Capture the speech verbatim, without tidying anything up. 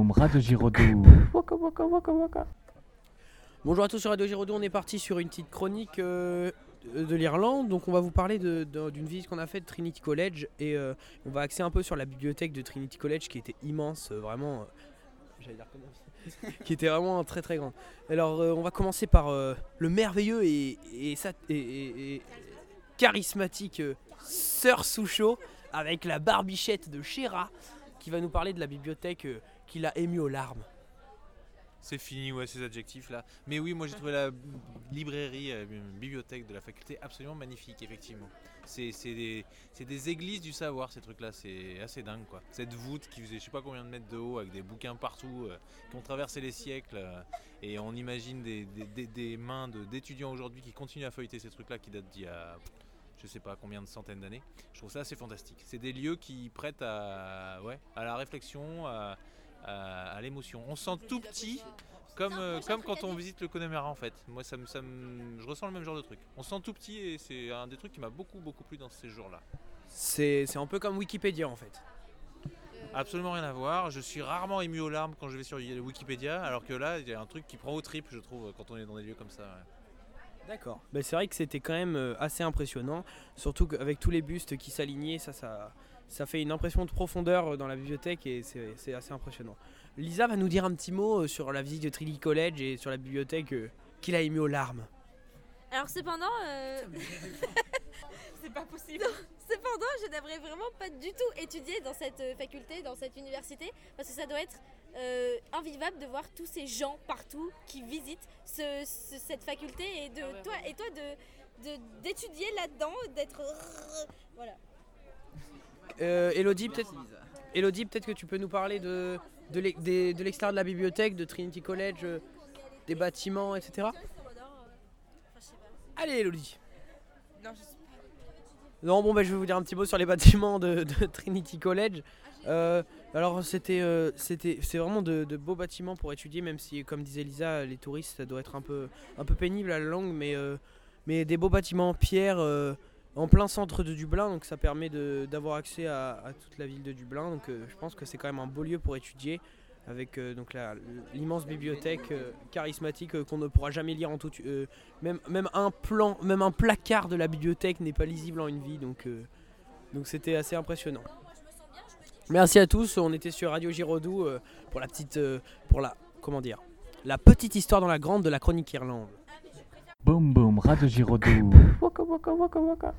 boum, Radio Giraudoux. Waka waka waka waka. Bonjour à tous sur Radio Giraudoux, on est parti sur une petite chronique euh, de l'Irlande. Donc on va vous parler de, de, d'une visite qu'on a faite de Trinity College et euh, on va axer un peu sur la bibliothèque de Trinity College qui était immense, euh, vraiment, euh, j'allais dire comment, qui était vraiment très très grande. Alors euh, on va commencer par euh, le merveilleux et, et, et, et, et, et charismatique euh, Sir Souchot avec la barbichette de Chéra qui va nous parler de la bibliothèque euh, qui l'a ému aux larmes. C'est fini, ouais, ces adjectifs là. Mais oui, moi j'ai trouvé la librairie, la bibliothèque de la faculté absolument magnifique, effectivement. C'est, c'est, des, c'est des églises du savoir, ces trucs là, c'est assez dingue quoi. Cette voûte qui faisait je sais pas combien de mètres de haut, avec des bouquins partout, euh, qui ont traversé les siècles. Euh, et on imagine des, des, des, des mains de, d'étudiants aujourd'hui qui continuent à feuilleter ces trucs là qui datent d'il y a je sais pas combien de centaines d'années. Je trouve ça assez fantastique. C'est des lieux qui prêtent à, ouais, à la réflexion, à, à, à l'émotion. On se sent tout petit, comme, euh, comme quand on visite le Connemara en fait. Moi, ça me, ça me, je ressens le même genre de truc. On se sent tout petit et c'est un des trucs qui m'a beaucoup, beaucoup plu dans ces jours-là. C'est, c'est un peu comme Wikipédia en fait. Absolument rien à voir. Je suis rarement ému aux larmes quand je vais sur Wikipédia, alors que là, il y a un truc qui prend aux tripes, je trouve, quand on est dans des lieux comme ça. Ouais. D'accord. Ben, c'est vrai que c'était quand même euh, assez impressionnant, surtout qu'avec tous les bustes qui s'alignaient, ça, ça, ça fait une impression de profondeur dans la bibliothèque et c'est, c'est assez impressionnant. Lisa va nous dire un petit mot euh, sur la visite de Trinity College et sur la bibliothèque euh, qui l'a ému aux larmes. Alors cependant, euh... c'est pas possible. Non, cependant, je n'aimerais vraiment pas du tout étudier dans cette faculté, dans cette université, parce que ça doit être euh, invivable de voir tous ces gens partout qui visitent ce, ce, cette faculté et de ah ouais, toi ouais. et toi de, de d'étudier là-dedans, d'être voilà. Euh, Elodie, peut-être, Elodie, peut-être que tu peux nous parler de de, l'e- des, de l'extérieur de la bibliothèque, de Trinity College, euh, des bâtiments, et cetera. Allez, Elodie. Non, je sais pas. Non, bon, bah, je vais vous dire un petit mot sur les bâtiments de, de Trinity College. Euh, alors, c'était, euh, c'était, c'est vraiment de, de beaux bâtiments pour étudier, même si, comme disait Lisa, les touristes, ça doit être un peu, un peu pénible à la longue, mais, euh, mais des beaux bâtiments en pierre euh, en plein centre de Dublin, donc ça permet de, d'avoir accès à, à toute la ville de Dublin. Donc, euh, je pense que c'est quand même un beau lieu pour étudier, avec euh, donc la, l'immense bibliothèque euh, charismatique euh, qu'on ne pourra jamais lire en tout. Euh, même, même un plan, même un placard de la bibliothèque n'est pas lisible en une vie, donc, euh, donc c'était assez impressionnant. Merci à tous, on était sur Radio Giraudoux euh, pour la petite, euh, pour la, comment dire, la petite histoire dans la grande de la chronique Irlande. Boum boum, Radio Giraudoux. Waka waka waka waka.